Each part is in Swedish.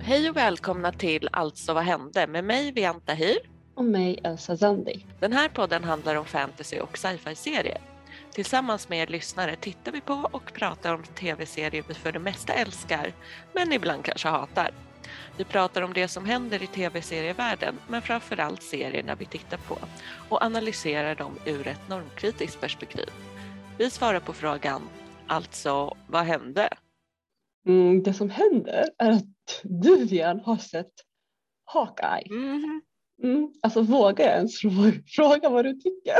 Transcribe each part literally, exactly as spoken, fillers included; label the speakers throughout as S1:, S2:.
S1: Hej och välkomna till Alltså vad hände med mig Vianta Hyr
S2: och mig Elsa Zandi.
S1: Den här podden handlar om fantasy och sci-fi-serier. Tillsammans med er lyssnare tittar vi på och pratar om tv-serier vi för det mesta älskar men ibland kanske hatar. Vi pratar om det som händer i tv-serievärlden men framförallt serierna vi tittar på och analyserar dem ur ett normkritiskt perspektiv. Vi svarar på frågan, alltså vad hände?
S2: Mm, det som händer är att du igen har sett Hawkeye.
S1: Mm.
S2: Mm, alltså vågar jag ens fråga vad du tycker?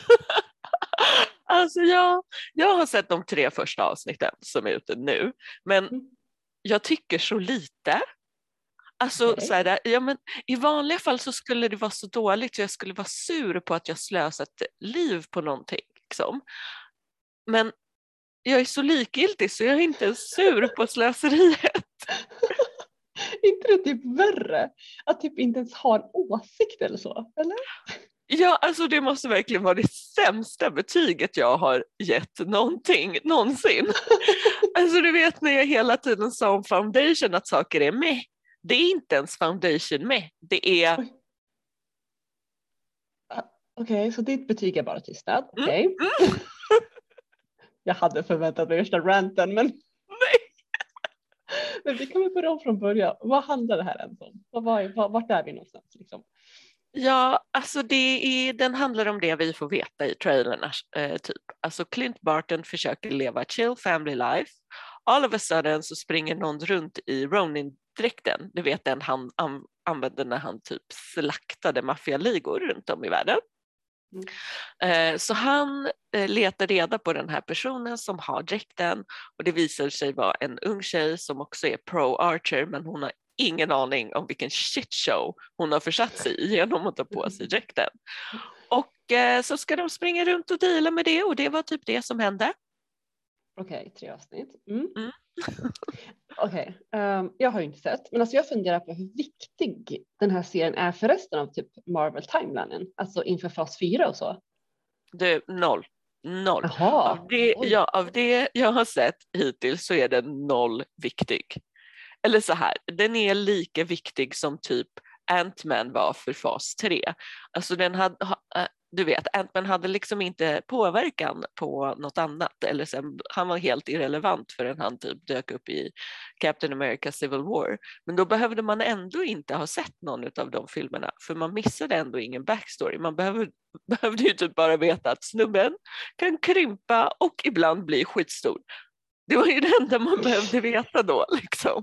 S1: Alltså jag, jag har sett de tre första avsnitten som är ute nu, men
S2: Mm.
S1: jag tycker så lite. Alltså
S2: Okay.
S1: så här, ja, men i vanliga fall så skulle det vara så dåligt så jag skulle vara sur på att jag slösat liv på någonting. Liksom. Men jag är så likgiltig så jag är inte ens sur på slöseriet.
S2: Inte det typ värre? Att typ inte ens ha en åsikt eller så, eller?
S1: Ja, alltså det måste verkligen vara det sämsta betyget jag har gett någonting någonsin. Alltså du vet när jag hela tiden sa om Foundation att saker är med. Det är inte ens Foundation med. Det är...
S2: Okej, okay, så ditt betyg är bara tystnad.
S1: Mm,
S2: Okej. Okay.
S1: mm.
S2: Jag hade förväntat mig värsta ranten, men...
S1: Nej.
S2: Men vi kan väl börja om från början. Vad handlar det här ens om? Vad, vad, vart är vi någonstans liksom?
S1: Ja, alltså det är, den handlar om det vi får veta i trailerna eh, typ. Alltså Clint Barton försöker leva chill family life. All of a sudden så springer någon runt i Ronin-dräkten. Du vet den han an- använde när han typ slaktade maffialigor runt om i världen. Mm. Eh, så han eh, letar reda på den här personen som har dräkten och det visar sig vara en ung tjej som också är pro-archer men hon har ingen aning om vilken shitshow hon har försatt sig i genom att ta på sig dräkten. Och eh, så ska de springa runt och deala med det och det var typ det som hände.
S2: Okej, okay, tre avsnitt. Mm.
S1: Mm.
S2: Okej, okay. um, jag har ju inte sett, men alltså jag funderar på hur viktig den här serien är för resten av typ Marvel-timelinen, alltså inför fas fyra och så.
S1: Du, noll. Noll.
S2: Jaha.
S1: Av det, ja, av det jag har sett hittills så är den noll viktig. Eller så här, den är lika viktig som typ Ant-Man var för fas tre. Alltså den hade, du vet, Ant-Man hade liksom inte påverkan på något annat. Eller sen, han var helt irrelevant förrän han typ dök upp i Captain America Civil War. Men då behövde man ändå inte ha sett någon av de filmerna. För man missade ändå ingen backstory. Man behövde, behövde ju typ bara veta att snubben kan krympa och ibland bli skitstor. Det var ju det enda man behövde veta då liksom.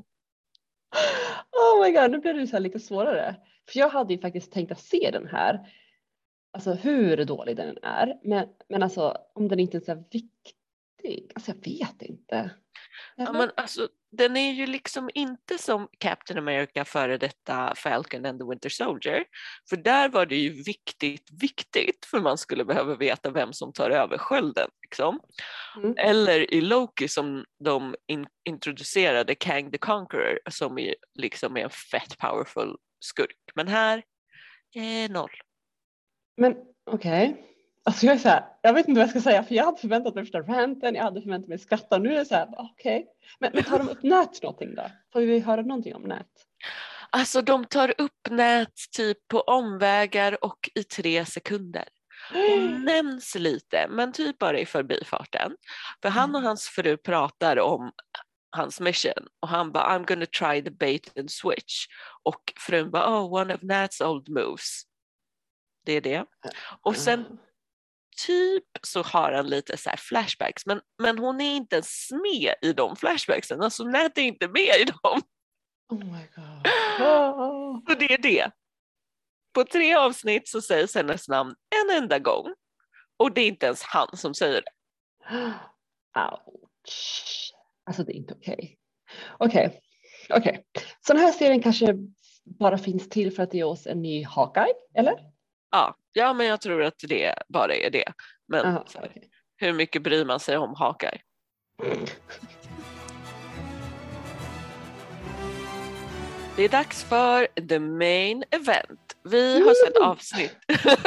S2: Oh my god, nu blir det så här lite svårare. För jag hade ju faktiskt tänkt att se den här. Alltså hur dålig den är. Men, men alltså om den inte är så viktig. Alltså jag vet inte.
S1: Ja, men alltså, den är ju liksom inte som Captain America före detta Falcon and the Winter Soldier. För där var det ju viktigt, viktigt. För man skulle behöva veta vem som tar över skölden. Liksom. Mm. Eller i Loki som de in- introducerade Kang the Conqueror. Som är, liksom är en fett powerful skurk. Men här är noll.
S2: Men okej. Okay. Alltså jag är så här, jag vet inte vad jag ska säga för jag hade förväntat mig första ranten, jag hade förväntat mig skratta. Nu är det så här, okej. Okay. Men, men tar de upp nät någonting då? Får vi höra någonting om nät?
S1: Alltså de tar upp nät typ på omvägar och i tre sekunder. Hon nämns lite men typ bara i förbifarten. För han och hans fru pratar om hans mission och han bara I'm gonna try the bait and switch. Och frun bara oh one of Nat's old moves. Det är det. Och sen typ så har han lite så här flashbacks men, men hon är inte ens med i de flashbacksen. Alltså Nat är inte med i dem.
S2: Oh my god. Oh.
S1: Så det är det. På tre avsnitt så sägs hennes namn en enda gång. Och det är inte ens han som säger det.
S2: Ouch. Alltså det är inte okej. Okay. Okej. Okay. Okej. Okay. Så den här serien kanske bara finns till för att ge oss en ny Hawkeye, eller?
S1: Ja, ja men jag tror att det bara är det. Men
S2: Aha,
S1: här,
S2: okay.
S1: Hur mycket bryr man sig om Hawkeye? Det är dags för the main event. Vi har sett avsnitt.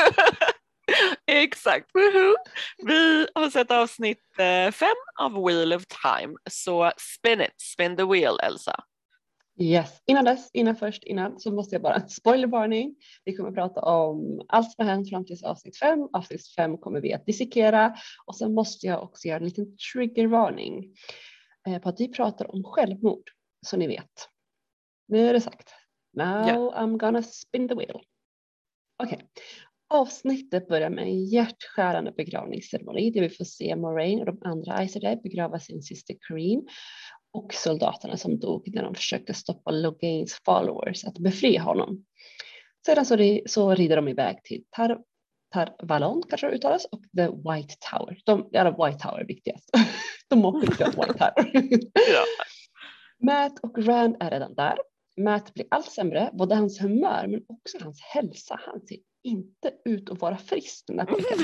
S1: Exakt. Vi har sett avsnitt fem av Wheel of Time. Så spin it, spin the wheel, Elsa.
S2: Yes, innan dess, innan först, innan så måste jag bara spoilervarning. Vi kommer att prata om allt som har hänt fram till avsnitt fem. Avsnitt fem kommer vi att dissekera och sen måste jag också göra en liten triggervarning eh, på att vi pratar om självmord, så ni vet. Nu är det sagt. Now
S1: Ja.
S2: I'm gonna spin the wheel. Okej. Okay. Avsnittet börjar med en hjärtskärande begravningsceremoni där vi får se Moiraine och de andra Aes Sedai begrava sin syster Corrine och soldaterna som dog när de försökte stoppa Logains followers att befria honom. Sedan så, ri- så rider de iväg till Tar, Tar-Valon kanske det uttalas och The White Tower. De, ja, White Tower är viktigast. De åker till White Tower.
S1: Ja. Matt
S2: och Rand är redan där. Matt blir allt sämre, både hans humör men också hans hälsa. Han ser inte ut att vara frisk den här pojken.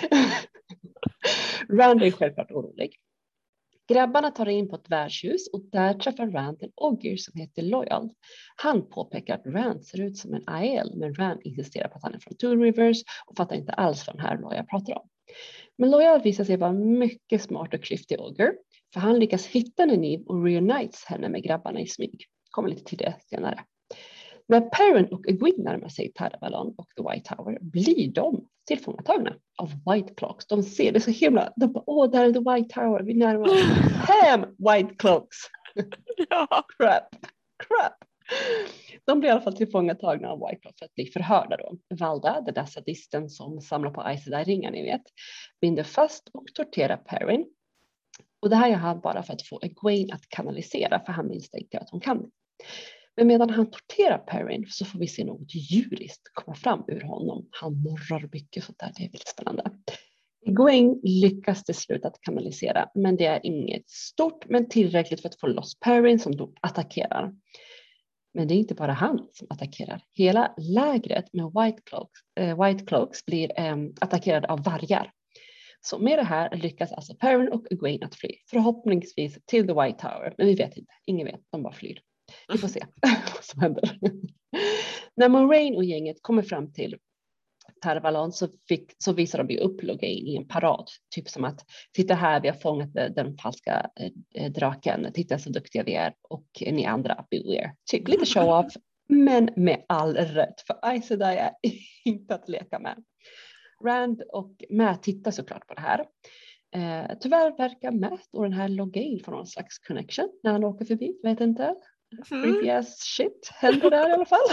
S2: Rand är självklart orolig. Grabbarna tar in på ett värdshus och där träffar Rand en ogre som heter Loyal. Han påpekar att Rand ser ut som en Aiel, men Rand insisterar på att han är från Two Rivers och fattar inte alls vad den här Loyal pratar om. Men Loyal visar sig vara mycket smart och klyftig ogre, för han lyckas hitta Nynaeve och reunites henne med grabbarna i smyg. Kommer lite till det senare. När Perrin och Egwene närmar sig Tar-Valon och The White Tower blir de tillfångatagna av White Cloaks. De ser det så himla, de bara, åh, där är The White Tower, vi närmar oss. Hem, White Cloaks!
S1: Ja.
S2: Crap, crap! De blir i alla fall tillfångatagna av White Cloaks för att bli förhörda då. Valda, den där sadisten som samlar på Aes Sedai-ringar, ni vet, binder fast och torterar Perrin. Och det här gör han bara för att få Egwene att kanalisera, för han misstänker att hon kan. Men medan han torterar Perrin så får vi se något djuriskt komma fram ur honom. Han morrar mycket sånt där, det är väldigt spännande. Egwene lyckas till slut att kanalisera, men det är inget stort men tillräckligt för att få loss Perrin som då attackerar. Men det är inte bara han som attackerar. Hela lägret med White Cloaks, äh, White Cloaks blir äh, attackerade av vargar. Så med det här lyckas alltså Perrin och Egwene att fly. Förhoppningsvis till The White Tower, men vi vet inte. Ingen vet, de bara flyr. Vi får se vad som händer. När Moiraine och gänget kommer fram till Tar-Valon så, fick, så visar de ju upp Logain i en parad. Typ som att, titta här, vi har fångat den falska eh, draken. Titta så duktiga vi är. Och ni andra, beware. Typ lite show-off, men med all rätt. För Aes Sedai är inte att leka med. Rand och Matt tittar såklart på det här. Eh, tyvärr verkar Matt och den här Logain få någon slags connection när han åker förbi. Vet inte. Creepy ass shit händer där i alla fall.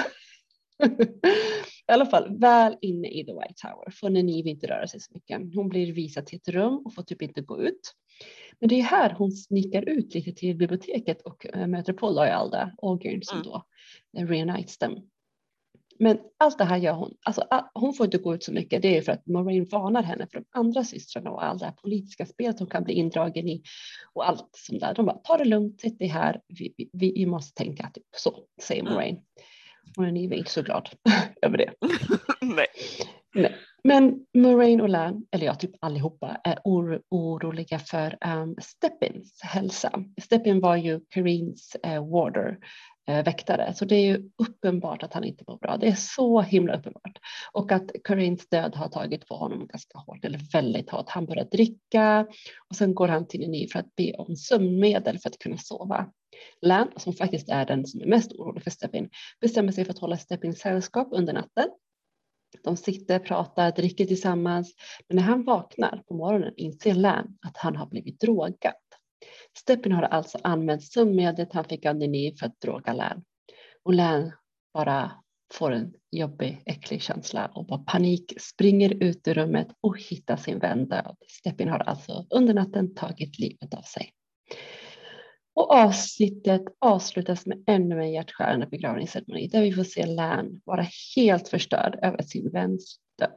S2: I alla fall väl inne i The White Tower får Nynaeve inte röra sig så mycket. Hon blir visad till ett rum och får typ inte gå ut. Men det är här hon snikar ut lite till biblioteket och äh, möter på Loyal där, Ogren som då reunites dem. Men allt det här gör hon, alltså hon får inte gå ut så mycket, det är för att Moiraine varnar henne för de andra systrarna och all det här politiska spelet hon kan bli indragen i och allt som där. De bara, ta det lugnt, sitt det här, vi, vi, vi måste tänka typ så, säger Moiraine. Och ni är inte så glad över det.
S1: Nej.
S2: Nej. Men Moiraine och Lan, eller ja, typ allihopa, är or- oroliga för um, Steppins hälsa. Steppin var ju Corrines uh, warder, uh, väktare, så det är ju uppenbart att han inte mår bra. Det är så himla uppenbart. Och att Corrines död har tagit på honom ganska hårt, eller väldigt hårt. Han börjar dricka och sen går han till Nynaeve för att be om sömnmedel för att kunna sova. Lan, som faktiskt är den som är mest orolig för Steppin, bestämmer sig för att hålla Steppins sällskap under natten. De sitter, pratar, dricker tillsammans. Men när han vaknar på morgonen inser Lan att han har blivit drogad. Steppin har alltså använt sömnmedlet han fick av Nynaeve för att droga Lan. Och Lan bara får en jobbig, äcklig känsla och bara panik, springer ut ur rummet och hittar sin vän död. Steppin har alltså under natten tagit livet av sig. Och avsnittet avslutas med ännu en hjärtskärande begravningsceremoni där vi får se Lan vara helt förstörd över sin väns död.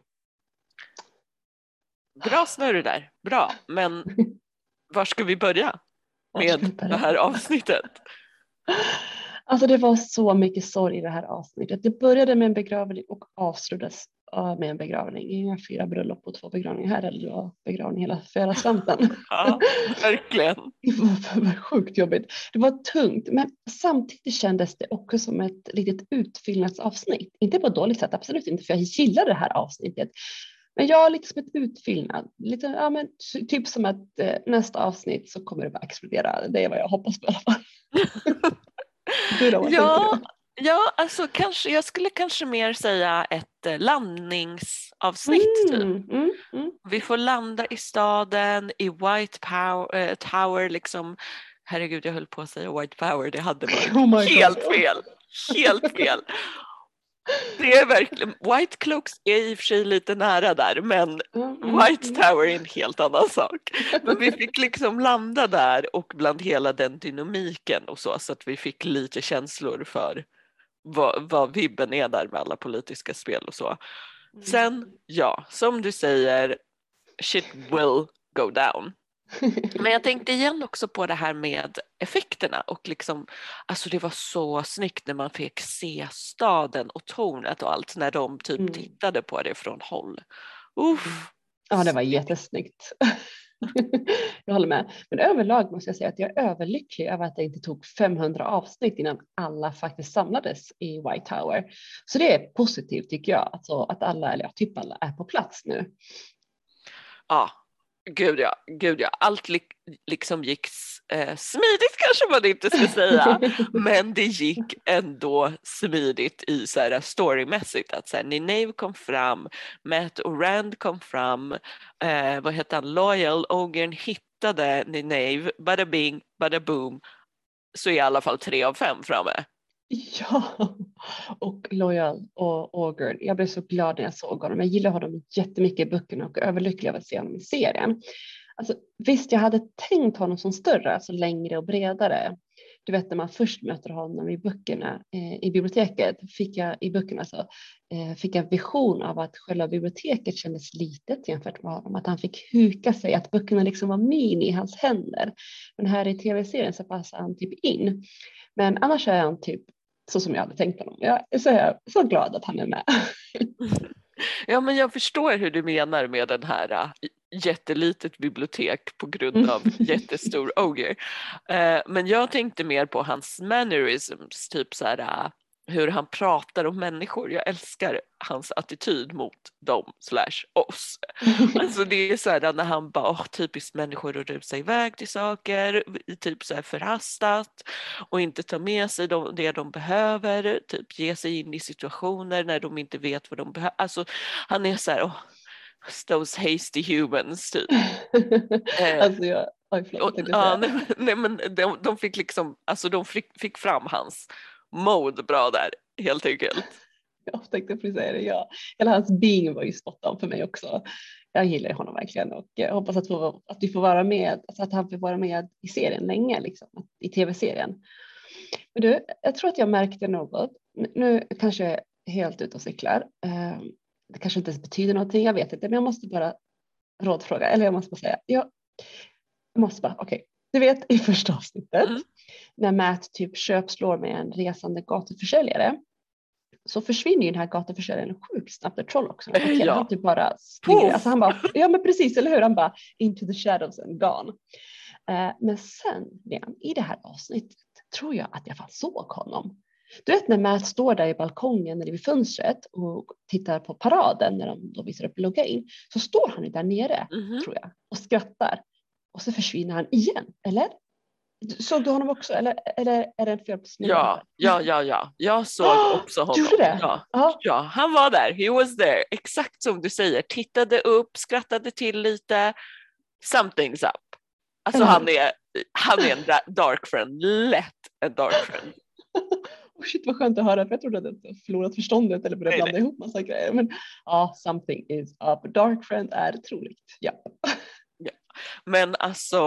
S1: Bra snurr där, bra. Men var ska vi börja med vi börja? Det här avsnittet?
S2: Alltså det var så mycket sorg i det här avsnittet. Det började med en begravning och avslutades med en begravning. Inga fyra bröllop och två begravningar här, eller då begravning hela förra slanten.
S1: Ja, verkligen.
S2: Det var sjukt jobbigt. Det var tungt, men samtidigt kändes det också som ett litet utfyllnadsavsnitt. Inte på ett dåligt sätt, absolut inte, för jag gillar det här avsnittet. Men jag lite som ett utfyllnad. Lite, ja, men, typ som att eh, nästa avsnitt så kommer det bara explodera. Det är vad jag hoppas på i alla fall. Du då, vad
S1: Ja,
S2: tänker
S1: ja, alltså kanske, jag skulle kanske mer säga ett eh,
S2: du?
S1: landningsavsnitt typ.
S2: Mm, mm, mm.
S1: Vi får landa i staden, i White Power, eh, Tower liksom. Herregud, jag höll på att säga White Power, det hade varit
S2: Oh my
S1: helt
S2: God.
S1: fel. Helt fel. Det är verkligen, White Cloaks är i och för sig lite nära där, men
S2: Mm, mm,
S1: White
S2: mm.
S1: Tower är en helt annan sak. Men vi fick liksom landa där och bland hela den dynamiken och så, så att vi fick lite känslor för vad, vad vibben är där med alla politiska spel och så. Sen, ja, som du säger, shit will go down. Men jag tänkte igen också på det här med effekterna och liksom, alltså det var så snyggt när man fick se staden och tornet och allt när de typ
S2: Mm.
S1: tittade på det från håll. Uff.
S2: Ja, det var jättesnyggt. Jag håller med. Men överlag måste jag säga att jag är överlycklig över att det inte tog femhundra avsnitt innan alla faktiskt samlades i White Tower. Så det är positivt tycker jag, alltså att alla, eller ja, typ alla är på plats nu.
S1: Ja, gud ja, gud ja. Allt li- liksom gick eh, smidigt kanske man inte ska säga, men det gick ändå smidigt i så här storymässigt att så här, Nynaeve kom fram, Matt och Rand kom fram, eh, vad heter han, Loyal, Ogren hittade Nynaeve, bada bing, bada boom, så är i alla fall tre av fem framme.
S2: Ja, och Loyal och Ogre. Jag blev så glad när jag såg honom. Jag gillar honom jättemycket i böckerna och är överlycklig över att se honom i serien. Alltså, visst, jag hade tänkt honom som större, alltså längre och bredare. Du vet när man först möter honom i böckerna eh, i biblioteket, fick jag i böckerna så eh, fick jag en vision av att själva biblioteket kändes litet jämfört med honom. Att han fick huka sig, att böckerna liksom var mini i hans händer. Men här i tv-serien så passar han typ in. Men annars är han typ så som jag hade tänkt honom. Jag är så, så glad att han är med.
S1: Ja, men jag förstår hur du menar med den här uh, jättelitet bibliotek på grund av jättestor ogre. Uh, men jag tänkte mer på hans mannerisms, typ så här uh, hur han pratar om människor. Jag älskar hans attityd mot dem slash oss. Alltså det är så här när han bara, oh, typiskt människor att rusa iväg till saker, typ så här förhastat och inte ta med sig de, det de behöver, typ ge sig in i situationer när de inte vet vad de behöver. Alltså han är så här, oh, those hasty humans typ.
S2: Alltså jag, oj, förlåt,
S1: och, ja, nej, nej, men de, de fick liksom, alltså de fick, fick fram hans mode bra där, helt enkelt.
S2: Jag tänkte precis säga det, ja. Hela hans being var ju spot on för mig också. Jag gillar honom verkligen och jag hoppas att, få, att vi får vara med, alltså att han får vara med i serien länge, liksom, i tv-serien. Men du, jag tror att jag märkte något. Nu kanske jag är helt ute och cyklar. Det kanske inte ens betyder någonting, jag vet inte, men jag måste bara rådfråga, eller jag måste bara säga, jag måste bara, okej. Okay. Du vet i första avsnittet mm. när Matt typ köpslår med en resande gatuförsäljare så försvinner ju den här gatuförsäljaren sjukt snabbt. Ett troll också. Ja. Han typ bara springer. Alltså han bara, ja men precis, eller hur? Han bara into the shadows and gone. Uh, men sen igen, i det här avsnittet tror jag att jag fan såg honom. Du vet när Matt står där i balkongen eller vid fönstret och tittar på paraden när de då visar upp logga in, så står han ju där nere mm-hmm. tror jag och skrattar. Och så försvinner han igen, eller? Såg du honom också? Eller, eller är det en fel på snurren?
S1: Ja, ja, ja, ja. Jag såg också honom.
S2: Gjorde det?
S1: Ja.
S2: Ja.
S1: ja, han var där. He was there. Exakt som du säger. Tittade upp, skrattade till lite. Something's up. Alltså mm. han, är, han är en dark friend. Lätt en dark friend.
S2: Oh shit, vad skönt att höra. För jag trodde att jag förlorat förståndet eller börjat blanda ihop massa grejer. Men ja, something is up. Dark friend är troligt. Ja.
S1: ja. Men alltså,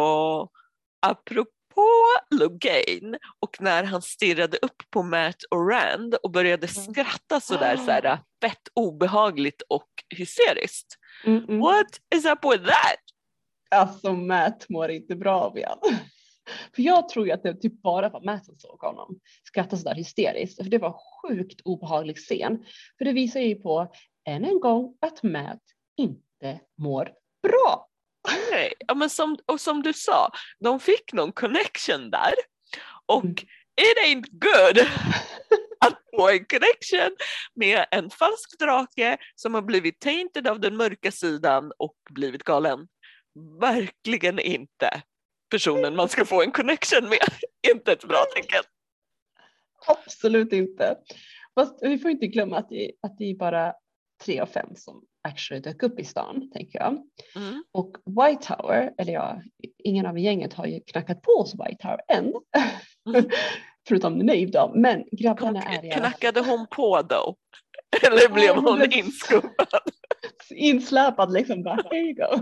S1: apropå på Logain och när han stirrade upp på Matt och Rand och började skratta sådär så här fett obehagligt och hysteriskt. Mm-mm. What is up with that?
S2: Alltså Matt mår inte bra av igen. För jag tror ju att det typ bara var Matt som såg honom skratta sådär hysteriskt. För det var sjukt obehaglig scen. För det visar ju på än en gång att Matt inte mår bra.
S1: Nej, ja, men som, och som du sa, de fick någon connection där och mm. it ain't good att få en connection med en falsk drake som har blivit tainted av den mörka sidan och blivit galen. Verkligen inte personen man ska få en connection med. Inte ett bra tecken.
S2: Absolut inte. Fast vi får inte glömma att det, att det är bara tre av fem som actually dök upp i stan, tänker jag.
S1: Mm.
S2: Och White Tower, eller ja, ingen av gänget har ju knackat på hos White Tower än. Mm. Förutom Nave då, men grabbarna är i alla fall...
S1: Knackade hon på då? Eller blev
S2: oh,
S1: hon
S2: blev
S1: inskubbad?
S2: Insläpad liksom, bara, here you go.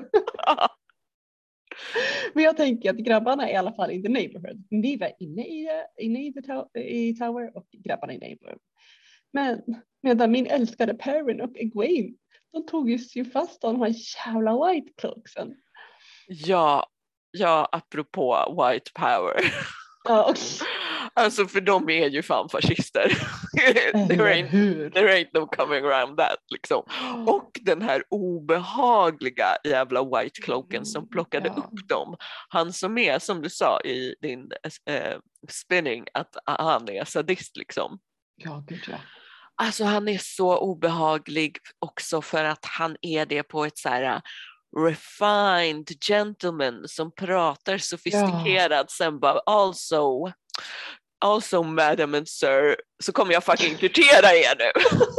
S2: Men jag tänker att grabbarna är i alla fall in the neighborhood. Vi var inne i, inne i, the to- i Tower och grabbarna i neighborhood. Men medan min älskade Perrin och Egwene, de tog ju sig fast av de här jävla white cloaksen.
S1: Ja, ja, apropå white power.
S2: Ja, och...
S1: Alltså för de är ju fan fascister. there, ain't, there ain't no coming around that liksom. Och den här obehagliga jävla white cloaken som plockade
S2: ja.
S1: upp dem. Han som är, som du sa i din äh, spinning, att han är sadist liksom.
S2: Ja, gud ja.
S1: Alltså han är så obehaglig också för att han är det på ett så här refined gentleman som pratar sofistikerat, ja. Sen bara also also madam and sir, så kommer jag fucking tortera er nu.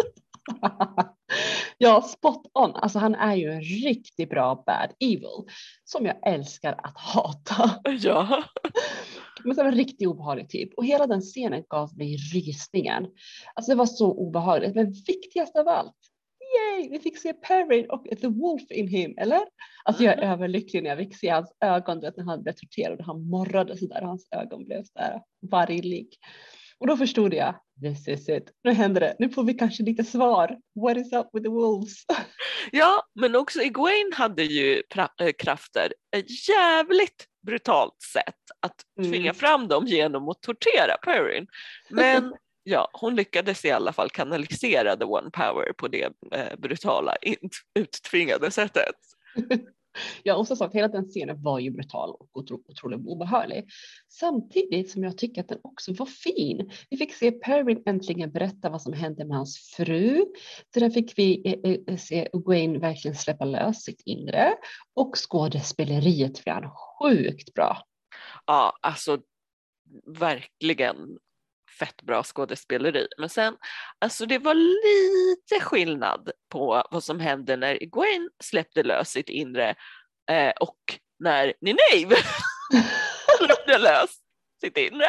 S2: Ja, spot on. Alltså han är ju en riktigt bra bad evil som jag älskar att hata.
S1: Ja.
S2: Men det var en riktigt obehaglig typ. Och hela den scenen gav mig rysningen. Alltså det var så obehagligt. Men viktigast av allt, yay, vi fick se Perrin och the wolf in him, eller? Alltså jag är mm. överlycklig när jag fick se hans ögon, vet, när han blev torterad och han morrade sådär. Hans ögon blev sådär varglig. Och då förstod jag, this is it. Nu händer det. Nu får vi kanske lite svar. What is up with the wolves?
S1: Ja, men också Egwene hade ju pra- krafter. Ett jävligt brutalt sätt att tvinga mm. fram dem genom att tortera Perrin. Men ja, hon lyckades i alla fall kanalisera the one power på det eh, brutala, uttvingade sättet.
S2: Ja, och så sagt, hela den scenen var ju brutal och otro, otroligt obehaglig. Samtidigt som jag tycker att den också var fin. Vi fick se Perrin äntligen berätta vad som hände med hans fru. Sedan fick vi eh, se Egwene verkligen släppa lös sitt inre. Och skådespeleriet var han sjukt bra.
S1: Ja, alltså verkligen fett bra skådespeleri. Men sen, alltså det var lite skillnad på vad som hände när Egwene släppte lös sitt inre eh, och när Nynaeve släppte lös sitt inre.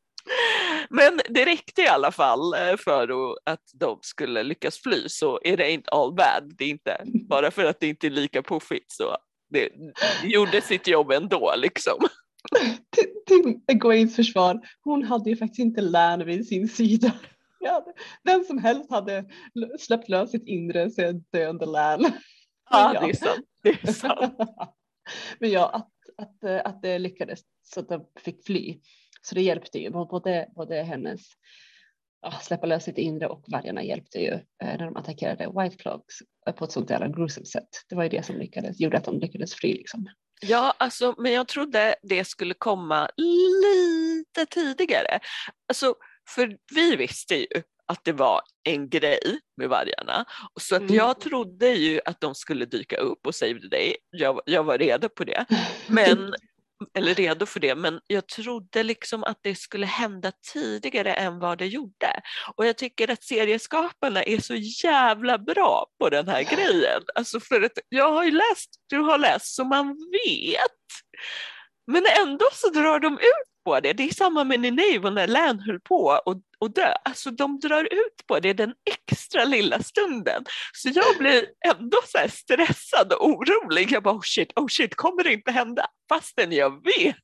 S1: Men det räckte i alla fall för att de skulle lyckas fly, så är det inte all bad. Det är inte bara för att det inte är lika puffigt, så det gjorde sitt jobb ändå liksom.
S2: Till, till Egwenes försvar, hon hade ju faktiskt inte Lan vid sin sida. Ja, den som helst hade släppt lös sitt inre så är döende Lan.
S1: Ja, ja, det är sant. Det är sant.
S2: Men ja, att, att, att det lyckades så att de fick fly. Så det hjälpte ju. Både, både hennes ja, släppa lös sitt inre och vargarna hjälpte ju när de attackerade White Cloaks på ett sånt jävla gruesome sätt. Det var ju det som lyckades, gjorde att de lyckades fly liksom.
S1: Ja, alltså, men jag trodde det skulle komma lite tidigare. Alltså, för vi visste ju att det var en grej med vargarna. Så att mm. jag trodde ju att de skulle dyka upp och save the day. Jag, jag var redo på det. Men, eller redo för det. Men jag trodde liksom att det skulle hända tidigare än vad det gjorde. Och jag tycker att serieskaparna är så jävla bra på den här grejen. Alltså för att jag har ju läst, du har läst, så man vet. Men ändå så drar de ut på det. Det är samma med Nynaeve när Lan höll på och, och dö. Alltså de drar ut på det den extra lilla stunden. Så jag blir ändå så här stressad och orolig. Jag bara, oh shit, oh shit, kommer det inte hända? Fastän jag vet.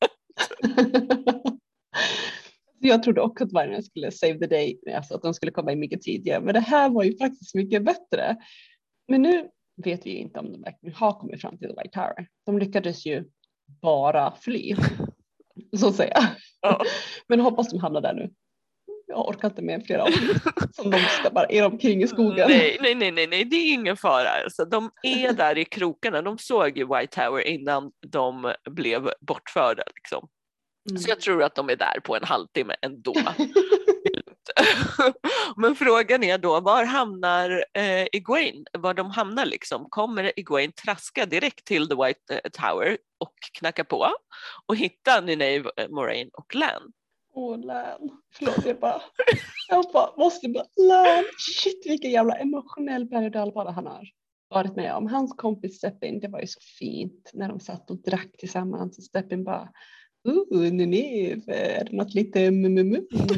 S2: Jag trodde också att vargarna skulle save the day, alltså att de skulle komma in mycket tidigare. Men det här var ju faktiskt mycket bättre. Men nu vet vi inte om de verkligen har kommit fram till The White Tower. De lyckades ju bara fly, så att säga. Ja. Men hoppas de hamnar där nu. Jag orkar inte med flera avsnitt som de ska bara är omkring i skogen.
S1: Nej, nej, nej, nej, nej, det är ingen fara. Alltså, de är där i krokarna. De såg ju White Tower innan de blev bortförda. Liksom. Mm. Så jag tror att de är där på en halvtimme ändå. Men frågan är då, var hamnar eh, Egwene? Var de hamnar liksom? Kommer Egwene traska direkt till The White Tower och knacka på och hitta Nynaeve, Moraine och Lan?
S2: Åh, Lan. Förlåt, jag bara, jag bara måste bara, Lan, shit vilken jävla emotionell berg- och dalbana han har varit med om. Hans kompis Steppin, det var ju så fint när de satt och drack tillsammans och Steppin bara, uh, Nineve, är det något lite mm, mm,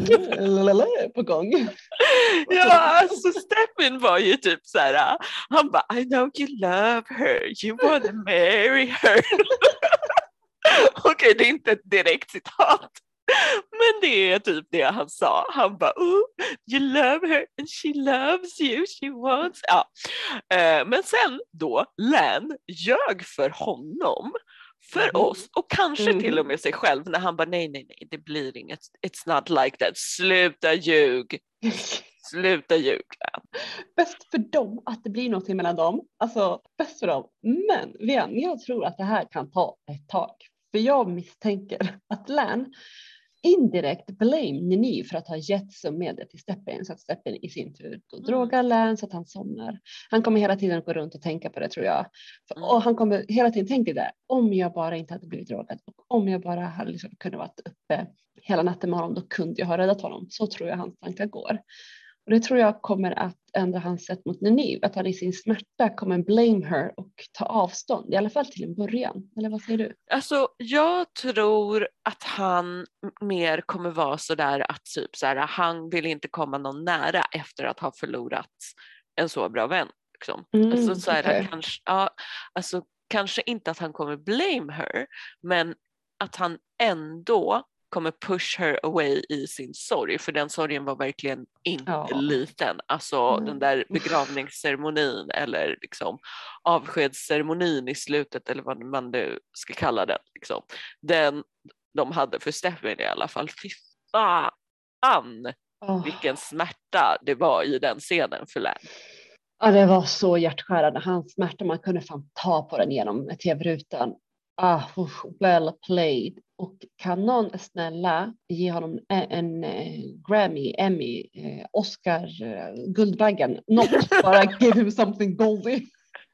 S2: mm, på gång?
S1: Ja, alltså Stepin var ju typ så här, han bara, I know you love her, you wanna marry her. Okej, okay, det är inte ett direkt citat, men det är typ det han sa. Han bara, oh, you love her and she loves you, she wants. Ja. Uh, men sen då, Lan ljög för honom, för mm. oss och kanske mm. till och med sig själv när han bara, nej, nej, nej, det blir inget, it's not like that, sluta ljug. Sluta ljug.
S2: Bäst för dem att det blir någonting mellan dem. Alltså bäst för dem. Men Vian, jag tror att det här kan ta ett tag. För jag misstänker att Lan indirekt blame Nineve för att ha gett som medel till Steppin. Så att Steppin i sin tur då mm. drogar Lan så att han somnar. Han kommer hela tiden gå runt och tänka på det, tror jag. Mm. Och han kommer hela tiden tänka det. Om jag bara inte hade blivit drogad. Och om jag bara hade liksom kunnat vara uppe hela natten med honom, då kunde jag ha räddat honom. Så tror jag hans tankar går. Och det tror jag kommer att ändra hans sätt mot Nineve. Att han i sin smärta kommer blame her och ta avstånd. I alla fall till en början. Eller vad säger du?
S1: Alltså jag tror att han mer kommer vara sådär att typ så här, han vill inte komma någon nära efter att ha förlorat en så bra vän. Liksom. Mm, alltså, så här, okay. kanske, ja, alltså kanske inte att han kommer blame her, men att han ändå kommer push her away i sin sorg, för den sorgen var verkligen inte ja. liten. Alltså mm. den där begravningsceremonin eller liksom avskedsceremonin i slutet, eller vad man nu ska kalla den, liksom. Den de hade för Steppin i alla fall. Fy fan, oh. vilken smärta det var i den scenen för Lan.
S2: Ja, det var så hjärtskärande. Hans smärta, man kunde fan ta på den genom tv-rutan. Ah, well played. Och kan någon snälla ge honom en, en, en Grammy, Emmy, eh, Oscar, eh, Guldbaggen, något, bara give him something goldy.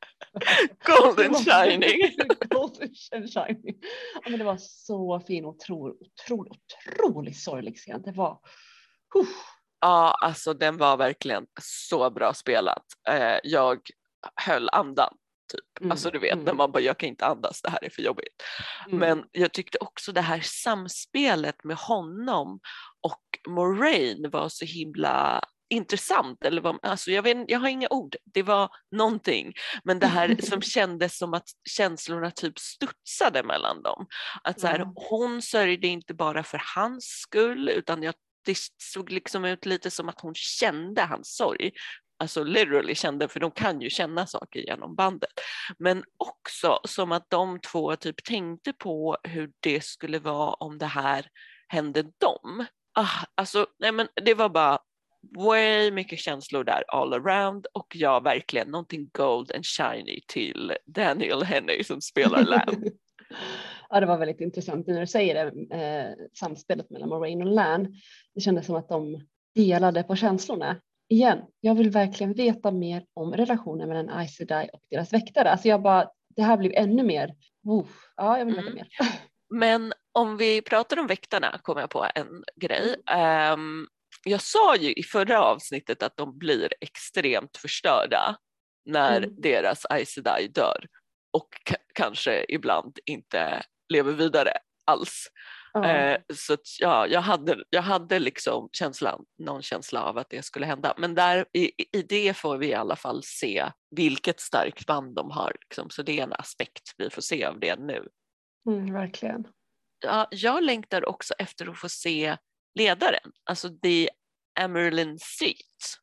S1: Golden shining.
S2: Golden shining. Ja, men det var så fin och otroligt, otroligt, otroligt sorglig scen. Det var... Uh.
S1: Ja, alltså den var verkligen så bra spelat. Eh, jag höll andan. Typ. Mm, alltså du vet mm. när man bara, jag kan inte andas, det här är för jobbigt. Mm. Men jag tyckte också det här samspelet med honom och Moraine var så himla intressant. Eller vad, alltså jag, vet, jag har inga ord, det var någonting. Men det här som kändes som att känslorna typ studsade mellan dem. Att så här, mm. hon sörjde inte bara för hans skull, utan jag, det såg liksom ut lite som att hon kände hans sorg. Alltså literally kände, för de kan ju känna saker genom bandet. Men också som att de två typ tänkte på hur det skulle vara om det här hände dem. Ah, alltså, nej men det var bara way mycket känslor där all around. Och jag verkligen någonting gold and shiny till Daniel Henney som spelar Lan.
S2: Ja, det var väldigt intressant när du säger det, eh, samspelet mellan Moraine och Lan. Det kändes som att de delade på känslorna. Igen, jag vill verkligen veta mer om relationen mellan Aes Sedai och deras väktare. Alltså jag bara, det här blev ännu mer. Uh, ja, jag vill veta mm. mer.
S1: Men om vi pratar om väktarna kommer jag på en grej. Um, jag sa ju i förra avsnittet att de blir extremt förstörda när mm. deras Aes Sedai dör. Och k- kanske ibland inte lever vidare alls. Uh, så att, ja, jag hade, jag hade liksom känslan, någon känsla av att det skulle hända. Men där, i, i det får vi i alla fall se vilket starkt band de har. Liksom. Så det är en aspekt vi får se av det nu.
S2: Mm, verkligen.
S1: Ja, jag längtar också efter att få se ledaren. Alltså The Amyrlin Seat.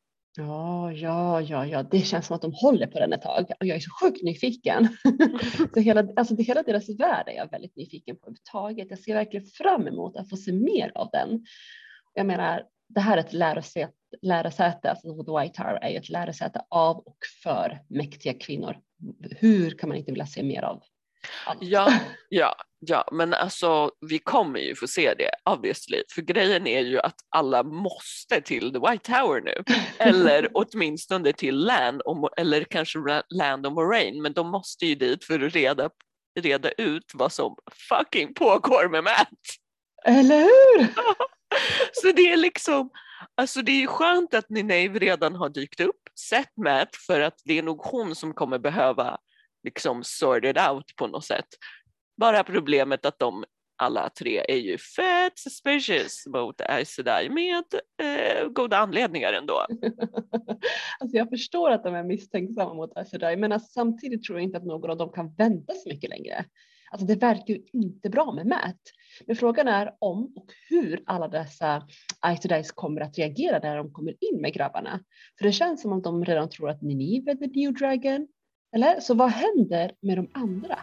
S2: Ja, ja, ja, ja. Det känns som att de håller på den ett tag. Och jag är så sjukt nyfiken. så hela, alltså det, hela deras värld är jag väldigt nyfiken på överhuvudtaget. Jag ser verkligen fram emot att få se mer av den. Jag menar, det här är ett lärosäte, lärosäte alltså The White Tower är ju ett lärosäte av och för mäktiga kvinnor. Hur kan man inte vilja se mer av allt?
S1: Ja, ja, ja, men alltså vi kommer ju få se det obviously, för grejen är ju att alla måste till The White Tower nu, eller åtminstone till Land och, eller kanske Land och Moraine, men de måste ju dit för att reda, reda ut vad som fucking pågår med Matt.
S2: Eller hur?
S1: Så det är liksom, alltså det är ju skönt att Nineve redan har dykt upp, sett Matt, för att det är nog hon som kommer behöva liksom sort it out på något sätt. Bara problemet att de alla tre är ju fett suspicious mot Aes Sedai med eh, goda anledningar ändå.
S2: Alltså jag förstår att de är misstänksamma mot Aes Sedai, men alltså samtidigt tror jag inte att någon av dem kan vänta så mycket längre. Alltså det verkar ju inte bra med Matt. Men frågan är om och hur alla dessa Aes Sedais kommer att reagera när de kommer in med grabbarna. För det känns som att de redan tror att Nynaeve är the new dragon. Eller? Så vad händer med de andra?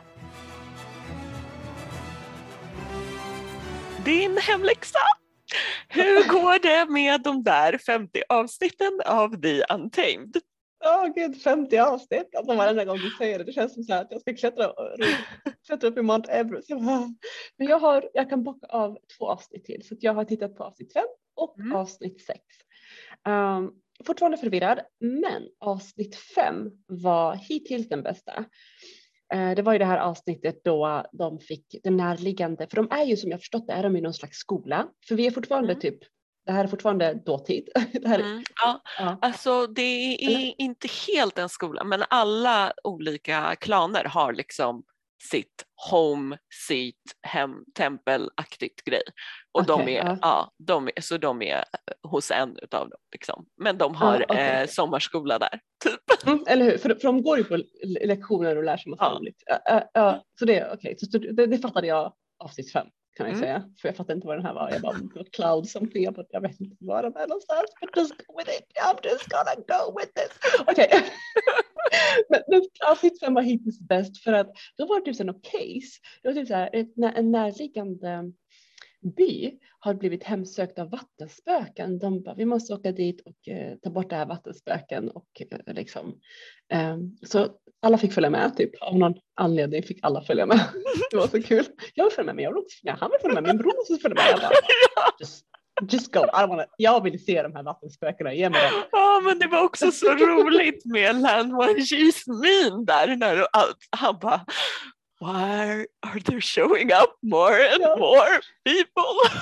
S1: Din hemläxa! Hur går det med de där femtio avsnitten av The Untamed?
S2: Åh oh, gud, femtio avsnitt. Alltså varenda gång du säger det, det känns som så här att jag ska klättra, klättra upp i Mount Everest. Men jag, har, jag kan bocka av två avsnitt till. Så jag har tittat på avsnitt fem och mm. avsnitt sex. Um, fortfarande förvirrad, men avsnitt fem var hittills den bästa. Det var ju det här avsnittet då de fick den närliggande, för de är ju som jag förstått det, är de i någon slags skola. För vi är fortfarande mm. typ, det här är fortfarande dåtid. Det här,
S1: mm, ja. Ja, alltså det är Eller? inte helt en skola, men alla olika klaner har liksom sitt home seat, hem, tempelaktigt grej. Och okay, de är, ja. Ja, de är, så de är hos en utav dem liksom. Men de har ja, okay. eh, sommarskola där, typ.
S2: Mm, eller hur, för, för de går ju på lektioner och lär sig massa roligt. Ja. Ja, ja, så det är okej, okay. Så det, det fattade jag avsnitt fem. Kan jag mm. säga. För jag fattade inte vad den här var. Jag bara, cloud something. Jag, bara, jag vet inte vad den är någonstans. But just go with it. I'm just gonna go with this. Okej. Okay. men men avsnitt fem var hittills bäst. För att då var det typ något case. Det var typ så här, en, en närliggande by har blivit hemsökt av vattenspöken. De bara, vi måste åka dit och eh, ta bort det här vattenspöken. Och eh, liksom. Eh, så alla fick följa med, typ. Av någon anledning fick alla följa med. Det var så kul. Jag vill följa med, men jag vill också följa med. Han vill följa med, min bror måste följa med. Jag bara, just, just go. I don't wanna, jag vill se de här vattenspökena. Ge mig dem.
S1: Ja, men det var också så roligt med Lan Wangji's min där. När han bara, why are they showing up more and ja. more people?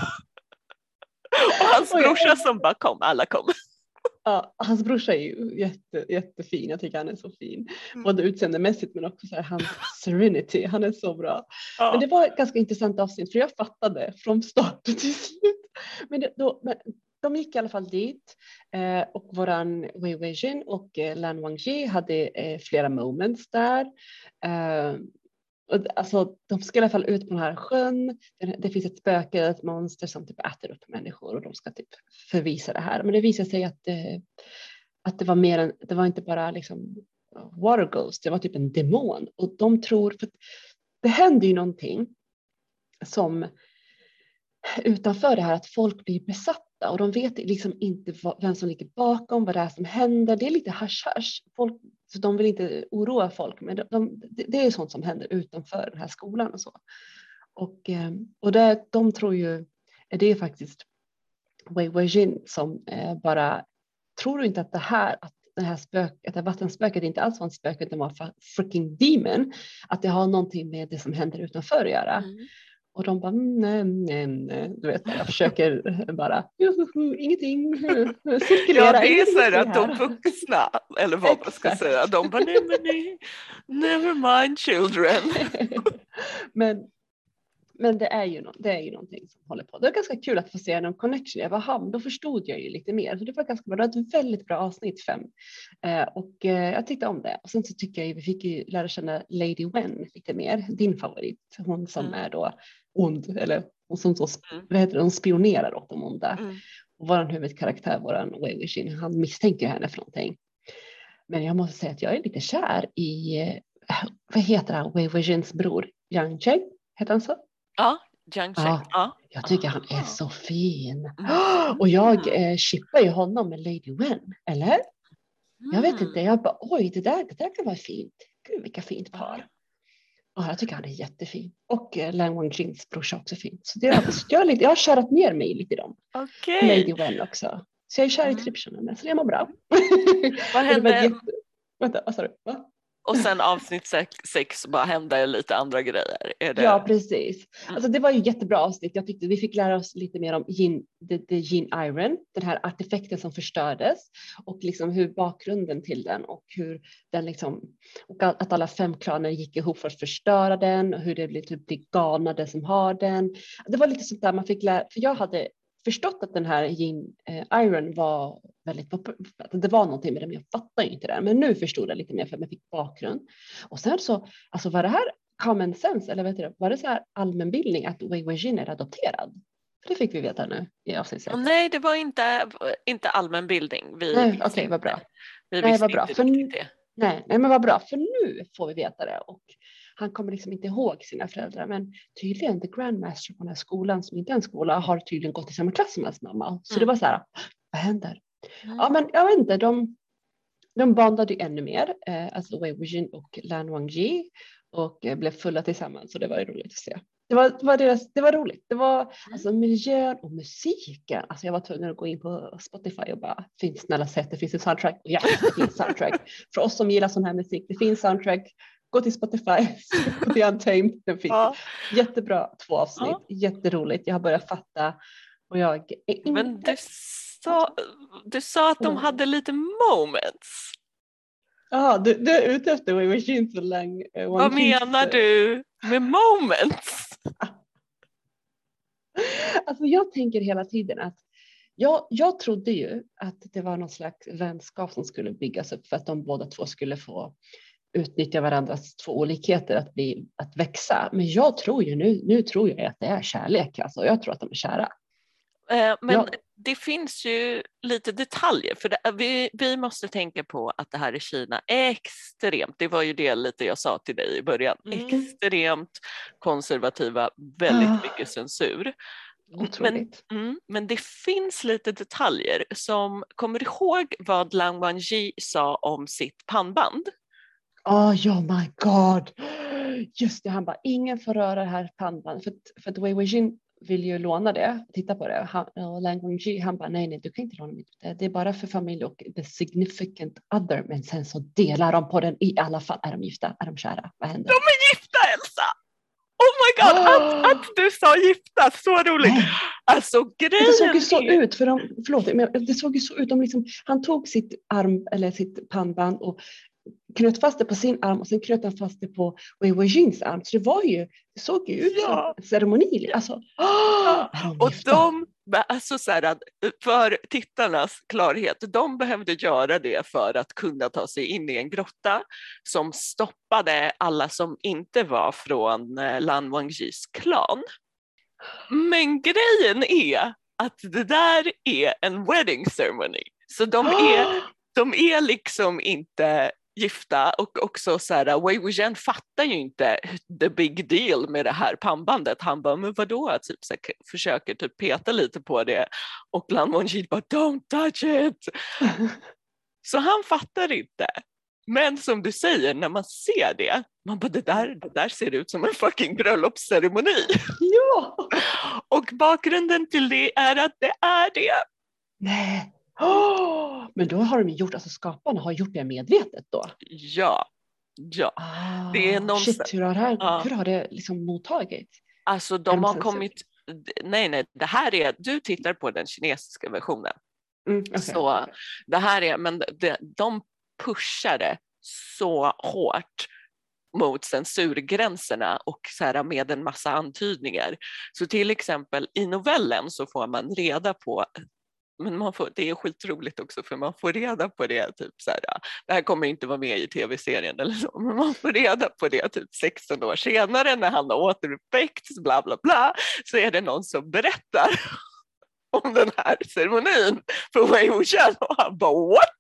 S1: Och hans brorsa som bara kom, alla kom.
S2: Ja, hans brorsa är ju jätte, jättefin. Jag tycker han är så fin. Både utseendemässigt men också så här, hans serenity. Han är så bra. Ja. Men det var ett ganska intressant avsnitt för jag fattade från start till slut. Men, det, då, men de gick i alla fall dit eh, och våran Wei Wei-jin och eh, Lan Wangji hade eh, flera moments där. Eh, Och alltså, de ska i alla fall ut på den här sjön. Det, det finns ett spöke, ett monster som typ äter upp människor och de ska typ förvisa det här. Men det visar sig att det, att det var mer än, det var inte bara liksom water ghost, det var typ en demon. Och de tror, för det händer ju någonting som utanför det här att folk blir besatta och de vet liksom inte vad, vem som ligger bakom, vad det är som händer. Det är lite hasch-hasch. Folk, så de vill inte oroa folk, men de, de, det är sånt som händer utanför den här skolan och så. Och, och det, de tror ju, det är faktiskt Wei Wei-jin som eh, bara, tror du inte att det här, att det här spök, att det här vattenspöket inte alls var en spöke, utan var freaking demon, att det har någonting med det som händer utanför att göra. Mm. Och de bara, nej, nej, nej. Du vet, jag försöker bara, ingenting, cirkulera.
S1: Ja, det är så att de vuxna, eller vad man ska säga, de bara, nej, men nej, never mind children.
S2: men, men det är ju, det är ju någonting som håller på. Det är ganska kul att få se någon connection. Jag bara, då förstod jag ju lite mer. Så det var ganska bra. Det var ett väldigt bra avsnitt fem. Eh, och eh, jag tyckte om det. Och sen så tycker jag vi fick ju lära känna Lady Wen lite mer. Din favorit. Hon som mm. är då ond. Eller hon som så, mm. vad heter det? Hon spionerar åt de onda. Mm. Och våran huvudkaraktär, våran Wei Wei-jin, han misstänker henne för någonting. Men jag måste säga att jag är lite kär i, eh, vad heter han? Wei Wei-jins bror. Yang Cheng, heter han så?
S1: Ja, Jiang Cheng. Ja,
S2: ja. Jag tycker han är så fin. Mm. Och jag eh, chippar ju honom med Lady Wen, eller? Mm. Jag vet inte, jag bara, oj, det där, det där kan vara fint. Gud, vilka fint par. Och jag tycker han är jättefin. Och eh, Lan Wangji's brorsa också fint. Så det är, jag, lite, jag har kärat ner mig lite i dem.
S1: Okay.
S2: Lady Wen också. Så jag är kär i mm. trippsarna med, så det mår bra.
S1: Vad hände?
S2: Jätte... Vänta, vad sa du? Va?
S1: Och sen avsnitt sex, sex bara hände lite andra grejer. Är det...
S2: Ja, precis. Alltså det var ju jättebra avsnitt. Jag tyckte vi fick lära oss lite mer om Yin, the, the Yin Iron, den här artefakten som förstördes och liksom hur bakgrunden till den och hur den liksom, och att alla fem klaner gick ihop för att förstöra den och hur det blev typ de galnade som har den. Det var lite sånt där man fick lära, för jag hade förstått att den här Yin eh, Iron var väldigt, det var någonting med det, men jag fattar inte det. Men nu förstod jag lite mer för att jag fick bakgrund. Och sen så, alltså var det här common sense, eller vet du, var det så här allmänbildning att Wei Wuxian är adopterad? För det fick vi veta nu i avsnitt sex.
S1: Nej, det var inte, inte allmänbildning. Vi
S2: nej, okej, okay, vad bra.
S1: Vi
S2: nej,
S1: visste
S2: vad bra.
S1: inte
S2: för
S1: riktigt det.
S2: Nej, nej, men vad bra, för nu får vi veta det. Och han kommer liksom inte ihåg sina föräldrar, men tydligen the grandmaster på den här skolan som inte är en skola har tydligen gått i samma klass som hans mamma. Så mm. det var så här, vad händer? Mm. Ja, men jag vet inte, de, de bandade ju ännu mer, eh, alltså Wei Wuxian och Lan Wangji, och eh, blev fulla tillsammans, så det var ju roligt att se. Det var, det var, deras, det var roligt. Det var mm. alltså miljön och musiken. Alltså jag var tvungen att gå in på Spotify och bara, finns snälla sätt, det finns en soundtrack. Och ja, det finns soundtrack. För oss som gillar sån här musik, det finns soundtrack. Gå till Spotify, gå till Untamed. Den finns. Ja. Jättebra två avsnitt, ja. Jätteroligt. Jag har börjat fatta. Och jag inte...
S1: Men du sa, du sa att de hade lite moments.
S2: Ja, du, du är ute efter Wei Wuxian så länge. Uh,
S1: Vad menar du med moments?
S2: Alltså jag tänker hela tiden att jag, jag trodde ju att det var någon slags vänskap som skulle byggas upp för att de båda två skulle få utnyttja varandras två olikheter att, bli, att växa. Men jag tror ju nu, nu tror jag att det är kärlek. Alltså jag tror att de är kära.
S1: Eh, men
S2: ja.
S1: Det finns ju lite detaljer, för det, vi, vi måste tänka på att det här i Kina är extremt, det var ju det lite jag sa till dig i början, mm. extremt konservativa, väldigt ah. mycket censur. Men, mm, men det finns lite detaljer som, kommer du ihåg vad Lan Wangji sa om sitt pannband?
S2: Oh, oh my god, just det, han bara, ingen får röra det här pannbandet, för, för att Wei Wuxian vill ju låna det, titta på det. Han, och Lan Wangji, han bara, nej, nej, du kan inte låna mitt. Det, det är bara för familj och the significant other. Men sen så delar de på den i alla fall. Är de gifta? Är de kära? Vad händer?
S1: De är gifta, Elsa! Oh my god, oh. Att, att du sa gifta, så roligt. Nej. Alltså grejen
S2: det såg ju så
S1: är...
S2: ut, för de, förlåt, men det såg ju så ut. De liksom, han tog sitt arm, eller sitt pannband och knöt fast det på sin arm och sen knöt han fast det på Wei Wuxians arm. Så det var ju, det såg ju ut som ja. en ceremoni. Alltså,
S1: oh, och de, alltså så här, för tittarnas klarhet, de behövde göra det för att kunna ta sig in i en grotta som stoppade alla som inte var från Lan Wangjis klan. Men grejen är att det där är en wedding ceremony. Så de är, de är liksom inte gifta, och också så här, Wei Wuxian fattar ju inte the big deal med det här pannbandet. Han bara, men vadå? Typ, så här, försöker typ peta lite på det, och Lan Wangji bara, don't touch it. Så han fattar inte. Men som du säger, när man ser det, man bara, det där, det där ser ut som en fucking bröllopsceremoni.
S2: Ja.
S1: Och bakgrunden till det är att det är det.
S2: Nej. Oh, men då har de gjort, alltså skaparna har gjort det medvetet då?
S1: Ja, ja.
S2: Ah,
S1: det är någonstans...
S2: Shit, hur har det, här,
S1: ja.
S2: hur har det liksom mottagits?
S1: Alltså de har kommit, nej nej, det här är, du tittar på den kinesiska versionen.
S2: Mm, okay.
S1: Så det här är, men de, de pushade så hårt mot censurgränserna och så här med en massa antydningar. Så till exempel i novellen så får man reda på, men man får, det är skitroligt också för man får reda på det typ så här, det här kommer inte vara med i tv-serien eller så, men man får reda på det typ sexton år senare när han har återuppväckts, bla bla bla, så är det någon som berättar om den här ceremonin för Wei Wuxian och han bara, what?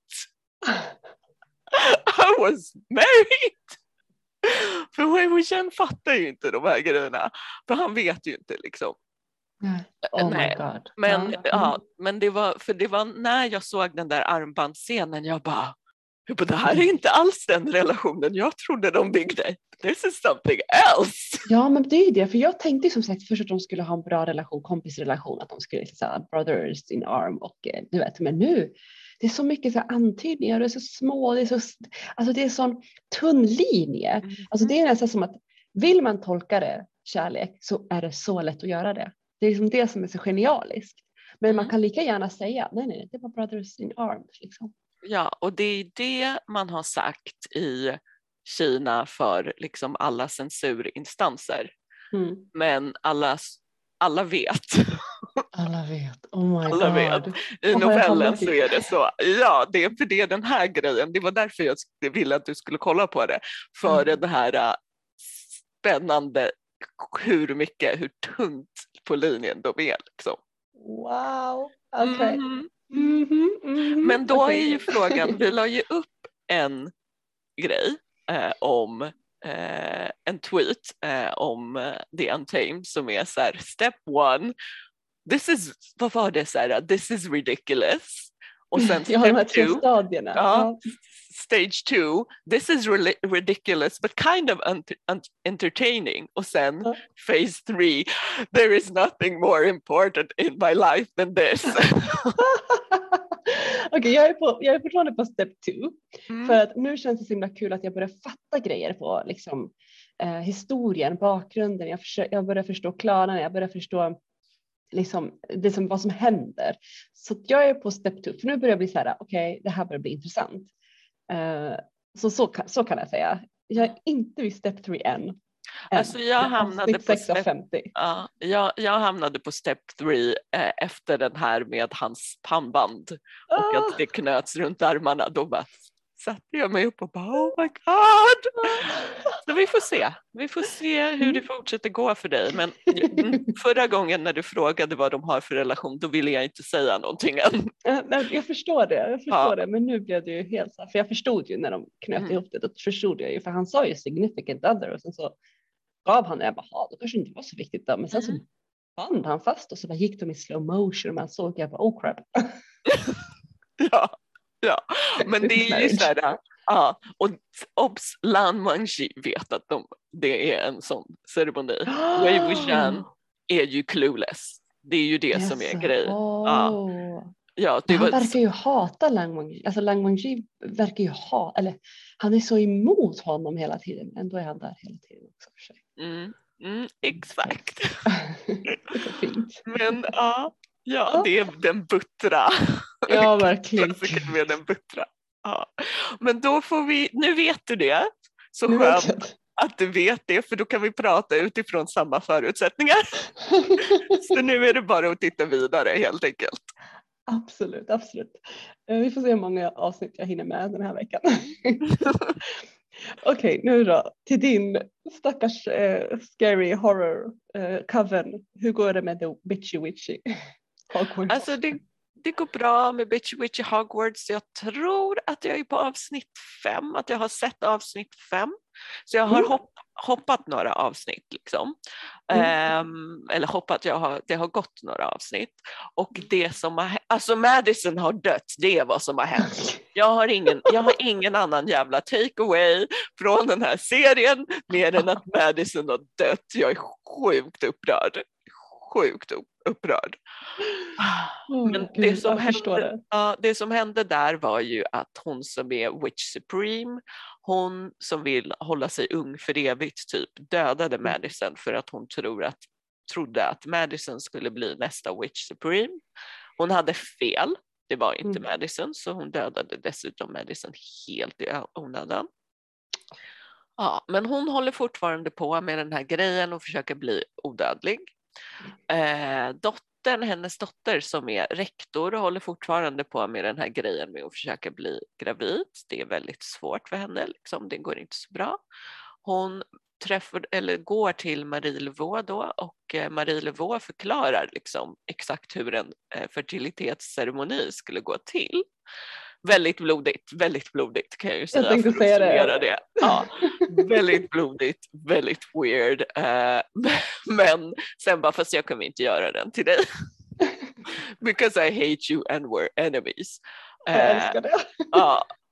S1: I was married! För Wei Wuxian fattar ju inte de här grejerna, för han vet ju inte liksom.
S2: Oh
S1: Nej,
S2: my God.
S1: men,
S2: mm.
S1: ja, men det var, för det var när jag såg den där armbandsscenen, jag bara, Jag bara, det här är inte alls den relationen jag trodde de byggde. This is something else.
S2: Ja, men det är ju det. För jag tänkte som sagt först att de skulle ha en bra relation, kompisrelation. Att de skulle säga brothers in arm. Och du vet, men nu. Det är så mycket så här antydningar. Det är så små. Det är så, alltså det är sån tunn linje. Mm. Alltså det är nästan som att vill man tolka det kärlek så är det så lätt att göra det. Det är liksom det som är så genialiskt. Men mm. man kan lika gärna säga nej, nej, det var brothers in arms liksom.
S1: Ja, och det är det man har sagt i Kina för liksom alla censurinstanser. Mm. Men alla, alla vet.
S2: Alla vet, oh my
S1: alla
S2: god.
S1: Vet. I novellen så är det så. Ja, det är för det är den här grejen. Det var därför jag ville att du skulle kolla på det. För mm. det här spännande, hur mycket, hur tungt på linjen de är liksom.
S2: Wow, okej. Okay.
S1: Mm.
S2: Mm-hmm, mm-hmm.
S1: Men då okay. är ju frågan, vi la ju upp en grej eh, om eh, en tweet eh, om eh, The Untamed som är så här, step one, this is, vad var det så här, this is ridiculous. Och sen
S2: jag har de här
S1: two,
S2: tre stadierna.
S1: Ja, stage two, this is re- ridiculous but kind of un- un- entertaining. Och sen ja. phase three, there is nothing more important in my life than this.
S2: Okej, okay, jag, jag är fortfarande på step two. Mm. För att nu känns det så himla kul att jag börjar fatta grejer på liksom, eh, historien, bakgrunden. Jag, försöker, jag börjar förstå klanerna, jag börjar förstå liksom, det som, vad som händer. Så jag är på step two. För nu börjar jag bli så här, okej, okay, det här börjar bli intressant. Uh, så, så, så kan jag säga. Jag är inte vid step three än.
S1: Alltså jag hamnade på step, ja, jag, jag hamnade på step three eh, efter den här med hans pannband och oh. att det knöts runt armarna. Då bara satte jag mig upp och bara oh my god. Så vi får se. Vi får se hur det fortsätter gå för dig. Men förra gången när du frågade vad de har för relation, då ville jag inte säga någonting än.
S2: Jag förstår det, jag förstår ja. det. Men nu blev det ju helt så här, för jag förstod ju när de knöt mm. ihop det, då förstod jag ju, för han sa ju significant other och sen så gav han det, jag bara, då kanske inte var så viktigt då, men sen mm. så band han fast och så bara gick de i slow motion och man såg jag bara, oh crap.
S1: ja, ja, men det är ju sådär, ja, och obs, Lan Wangji vet att de, det är en sån ceremoni. Wei Wuxian är ju clueless, det är ju det yes. som är grejen.
S2: Oh.
S1: Ja. Ja, det
S2: han
S1: var...
S2: verkar ju hata Lan Wangji. Alltså Lan Wangji verkar ju ha, eller han är så emot honom hela tiden. Ändå är han där hela tiden också för sig.
S1: Mm, mm, exakt.
S2: Det är så fint.
S1: Men ja, ja, det är den buttra.
S2: Ja, verkligen.
S1: Med den buttra. Ja. Men då får vi, nu vet du det. Så nu skönt att du vet det, för då kan vi prata utifrån samma förutsättningar. Så nu är det bara att titta vidare helt enkelt.
S2: Absolut, absolut. Vi får se hur många avsnitt jag hinner med den här veckan. Okej, okay, nu då. Till din stackars uh, scary horror uh, coven. Hur går det med The Bitchy Witchy Hogwarts?
S1: Alltså det, det går bra med Bitchy Witchy Hogwarts. Jag tror att jag är på avsnitt fem. Att jag har sett avsnitt fem. Så jag har mm. hopp, hoppat några avsnitt liksom. Mm. Um, eller hoppat, jag har, det har gått några avsnitt. Och det som har, alltså Madison har dött, det är vad som har hänt. Jag har ingen, jag har ingen annan jävla takeaway från den här serien mer än att Madison har dött. Jag är sjukt upprörd. Sjukt upprörd.
S2: Oh, Men det som, hände, det.
S1: Ja, det som hände där var ju att hon som är Witch Supreme, hon som vill hålla sig ung för evigt typ, dödade Madison för att hon tror att, trodde att Madison skulle bli nästa Witch Supreme. Hon hade fel, det var inte mm. Madison, så hon dödade dessutom Madison helt i onödan. Ja, men hon håller fortfarande på med den här grejen och försöker bli odödlig. Eh, dottern, hennes dotter som är rektor, håller fortfarande på med den här grejen med att försöka bli gravid. Det är väldigt svårt för henne, liksom. Det går inte så bra. Hon träffar, eller går till Marie Laveau då, och eh, Marie Laveau förklarar liksom exakt hur en eh, fertilitetsceremoni skulle gå till. Väldigt blodigt, väldigt blodigt kan jag ju säga.
S2: Jag tänkte säga det.
S1: det. Ja, väldigt blodigt, väldigt weird. Uh, men sen bara, fast jag kommer inte göra den till dig. Because I hate you and we're enemies. Uh,
S2: jag älskar det.
S1: Ja,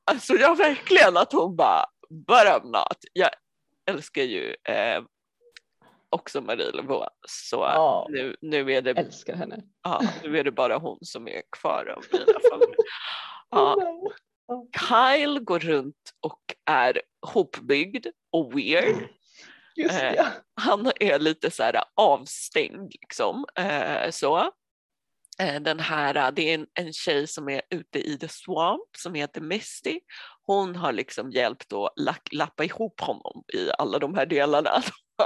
S1: alltså jag verkligen att hon bara, but I'm not. Jag älskar ju eh, också Marie Laveau, så
S2: Ja,
S1: nu, nu, är det,
S2: älskar henne.
S1: ja, nu är det bara hon som är kvar av mina favoriter. Ja.
S2: Oh, no.
S1: Kyle går runt och är hopbyggd och weird.
S2: Just
S1: eh,
S2: ja.
S1: Han är lite så här avstängd liksom. Eh, så. Den här, det är en, en tjej som är ute i The Swamp som heter Misty. Hon har liksom hjälpt att lack, lappa ihop honom i alla de här delarna.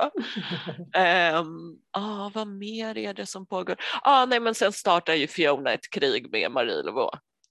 S1: um, ah, vad mer är det som pågår? Ah, nej, men sen startar ju Fiona ett krig med Marie Laveau.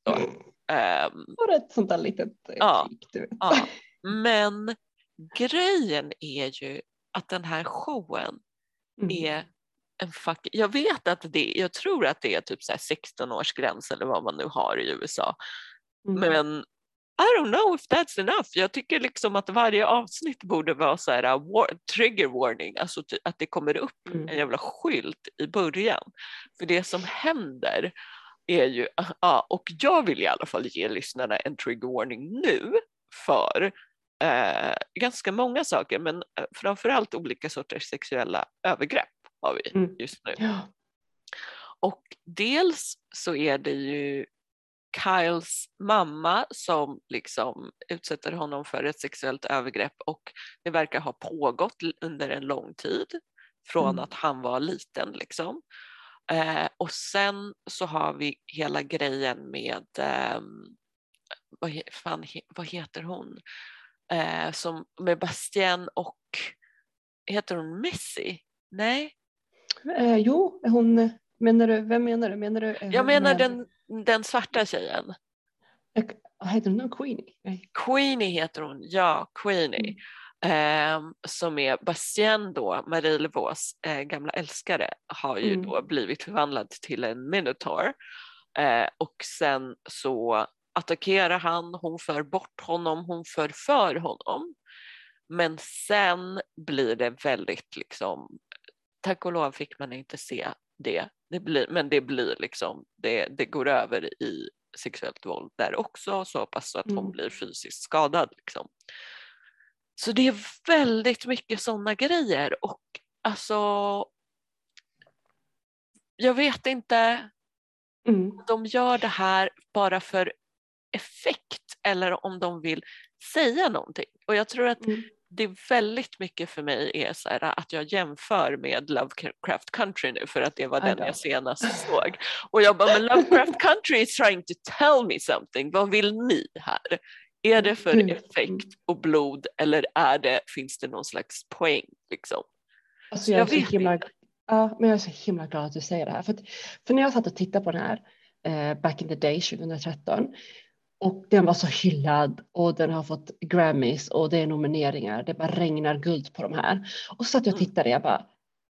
S1: Um,
S2: Bara ett sånt där litet
S1: ah,
S2: krig, du vet.
S1: Ah, men grejen är ju att den här showen mm. är en fuck... Jag vet att det, jag tror att det är typ så här sexton års gräns eller vad man nu har i U S A. Mm. Men I don't know if that's enough. Jag tycker liksom att varje avsnitt borde vara så här war, trigger warning, alltså att det kommer upp mm. en jävla skylt i början. För det som händer är ju, ja, och jag vill i alla fall ge lyssnarna en trigger warning nu för eh, ganska många saker, men framförallt olika sorters sexuella övergrepp har vi just nu.
S2: Ja.
S1: Och dels så är det ju Kyles mamma som liksom utsätter honom för ett sexuellt övergrepp, och det verkar ha pågått under en lång tid från mm. att han var liten liksom. Eh, och sen så har vi hela grejen med eh, vad, fan, vad heter hon eh, som med Bastien och heter hon Missy? Nej?
S2: Eh, jo, hon menar du, vem menar du? Menar du eh,
S1: jag menar den, den svarta tjejen.
S2: Eh, heter hon Queenie? Nej.
S1: Queenie heter hon, ja, Queenie. Mm. Eh, som är Bastien då, Marie Laveaus eh, gamla älskare, har ju mm. då blivit förvandlad till en minotaur. Eh, och sen så attackerar han, hon för bort honom, hon för för honom. Men sen blir det väldigt liksom, tack och lov fick man inte se det. det blir, men det blir liksom, det, det går över i sexuellt våld där också, så pass att hon mm. blir fysiskt skadad liksom. Så det är väldigt mycket sådana grejer, och alltså jag vet inte mm. om de gör det här bara för effekt eller om de vill säga någonting. Och jag tror att mm. det är väldigt mycket för mig är så här att jag jämför med Lovecraft Country nu, för att det var den jag senast såg. Och jag bara, men Lovecraft Country is trying to tell me something. Vad vill ni här? Är det för effekt och blod, eller är det, finns det någon slags poäng liksom?
S2: Alltså jag, jag är så himla, ja, men jag är så himla glad att du säger det här. För, att, för när jag satt och tittade på den här eh, back in the day tjugohundratretton, och den var så hyllad och den har fått Grammys och det är nomineringar. Det bara regnar guld på de här. Och så satt jag och tittade, jag bara,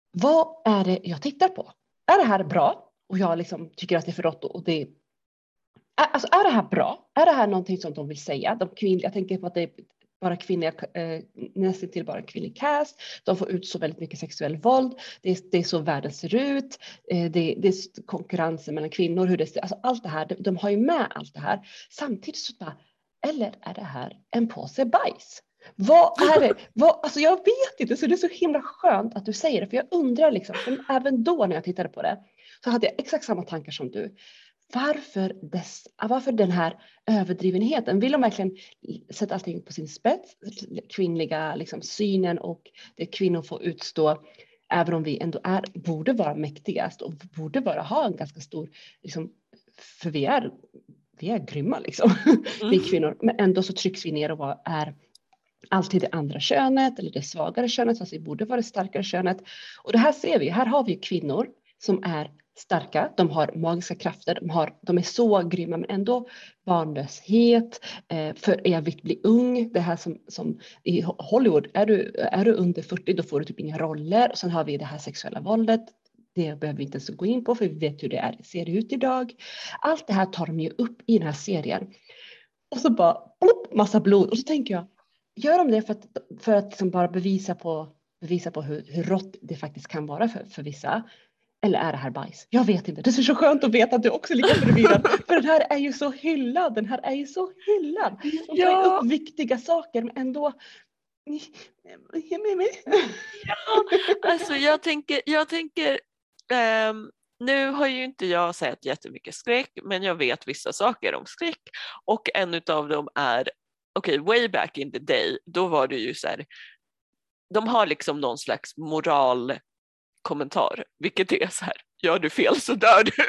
S2: vad är det jag tittar på? Är det här bra? Och jag liksom tycker att det är för rått, och det alltså, är det här bra? Är det här någonting som de vill säga? De kvinnliga, jag tänker på att det är bara kvinnliga, eh, nästan till bara en kvinnlig cast. De får ut så väldigt mycket sexuell våld. Det är, det är så världen ser ut. Eh, det, det är konkurrensen mellan kvinnor. Hur det, alltså allt det här, de, de har ju med allt det här. Samtidigt så bara, eller är det här en påse bajs? Vad är det? Vad, alltså jag vet inte, så det är så himla skönt att du säger det. För jag undrar liksom, för även då när jag tittade på det så hade jag exakt samma tankar som du. Varför, dess, varför den här överdrivenheten? Vill de verkligen sätta allting på sin spets? Kvinnliga liksom, synen och det kvinnor får utstå, även om vi ändå är, borde vara mäktigast och borde vara, ha en ganska stor, liksom, för vi är, vi är grymma liksom, mm. vi kvinnor. Men ändå så trycks vi ner och är alltid det andra könet eller det svagare könet, fast vi borde vara det starkare könet. Och det här ser vi, här har vi kvinnor som är starka, de har magiska krafter, de, har, de är så grymma, men ändå barnlöshet, eh, för evigt bli ung, det här som, som i Hollywood, är du, är du under fyrtio då får du typ inga roller, och sen har vi det här sexuella våldet, det behöver vi inte ens gå in på för vi vet hur det är, ser ut idag. Allt det här tar de ju upp i den här serien, och så bara plopp, massa blod, och så tänker jag, gör de det för att, för att liksom bara bevisa på, bevisa på hur, hur rått det faktiskt kan vara för, för vissa? Eller är det här bajs? Jag vet inte. Det är så skönt att veta att du också är lika förvirrad. För den här är ju så hyllad. Den här är ju så hyllad. De tar ju
S1: Ja.
S2: upp viktiga saker men ändå...
S1: Ja, alltså jag tänker, jag tänker um, nu har ju inte jag sett jättemycket skräck, men jag vet vissa saker om skräck. Och en utav dem är, okej, okay, way back in the day, då var det ju så här, de har liksom någon slags moralkommentar, vilket är så här, gör du fel så dör du.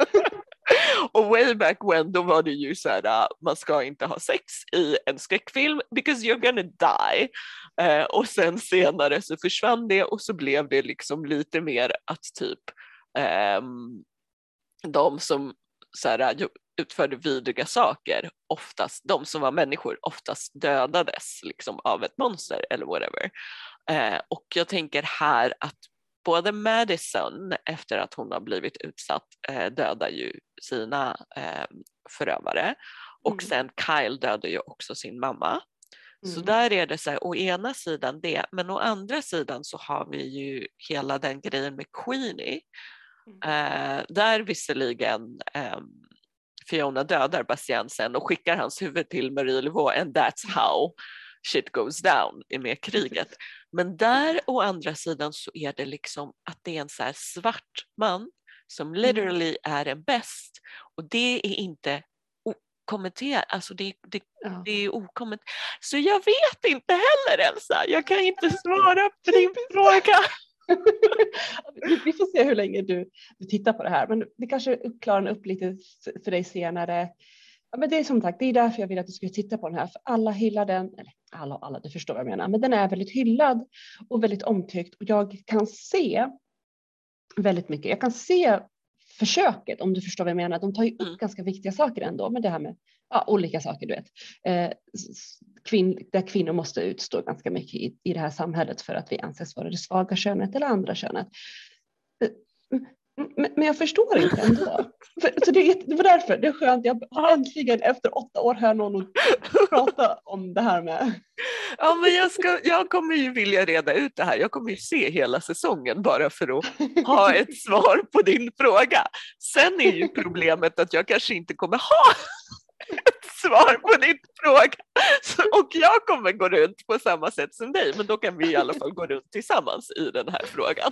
S1: Och way back when, då var det ju så här, uh, man ska inte ha sex i en skräckfilm because you're gonna die. Uh, och sen senare så försvann det och så blev det liksom lite mer att typ um, de som så här, utförde vidriga saker, oftast de som var människor, oftast dödades liksom av ett monster eller whatever. Uh, och jag tänker här att både Madison, efter att hon har blivit utsatt, dödar ju sina förövare. Och mm. sen Kyle dödar ju också sin mamma. Mm. Så där är det så här, å ena sidan det, men å andra sidan så har vi ju hela den grejen med Queenie. Mm. Eh, där visserligen eh, Fiona dödar Bastien sen och skickar hans huvud till Marie Laveau, and that's how shit goes down med kriget. Men där å andra sidan så är det liksom att det är en så här svart man som literally är en bäst, och det är inte kommenterat, alltså det, det, ja. det är okomment. Så jag vet inte heller, Elsa, jag kan inte svara på din fråga.
S2: Vi får se hur länge du, du tittar på det här, men det kanske klarar upp lite för dig senare. Ja, men det är som sagt, det är därför jag vill att du ska titta på den här, för alla hyllar den, eller alla och alla, du förstår vad jag menar, men den är väldigt hyllad och väldigt omtyckt, och jag kan se väldigt mycket, jag kan se försöket, om du förstår vad jag menar, de tar ju upp mm. ganska viktiga saker ändå, med det här med ja, olika saker, du vet, eh, kvinn, där kvinnor måste utstå ganska mycket i, i det här samhället för att vi anses vara det svaga könet eller andra könet. Men, men jag förstår inte ändå. För, så det, det var därför, det är skönt, jag äntligen efter åtta år hör någon prata om det här med.
S1: Ja, men jag, ska, jag kommer ju vilja reda ut det här. Jag kommer ju se hela säsongen bara för att ha ett svar på din fråga. Sen är ju problemet att jag kanske inte kommer ha ett svar på din fråga. Så, och jag kommer gå runt på samma sätt som dig, men då kan vi i alla fall gå runt tillsammans i den här frågan.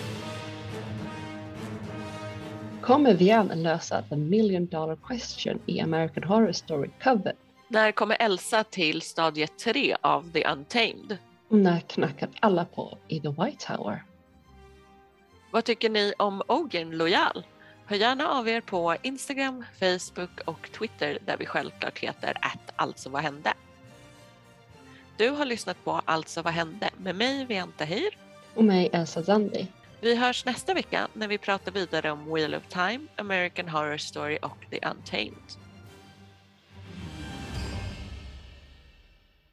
S2: Kommer Vian lösa the million dollar question i American Horror Story Coven?
S1: När kommer Elsa till stadie tre av The Untamed?
S2: Och när knackar alla på i The White Tower?
S1: Vad tycker ni om Ogen Loyal? Hör gärna av er på Instagram, Facebook och Twitter, där vi självklart heter att alltså vad hände. Du har lyssnat på Alltså vad hände med mig, Vian Tahir.
S2: Och mig, Elsa Zandi.
S1: Vi hörs nästa vecka när vi pratar vidare om Wheel of Time, American Horror Story och The Untamed.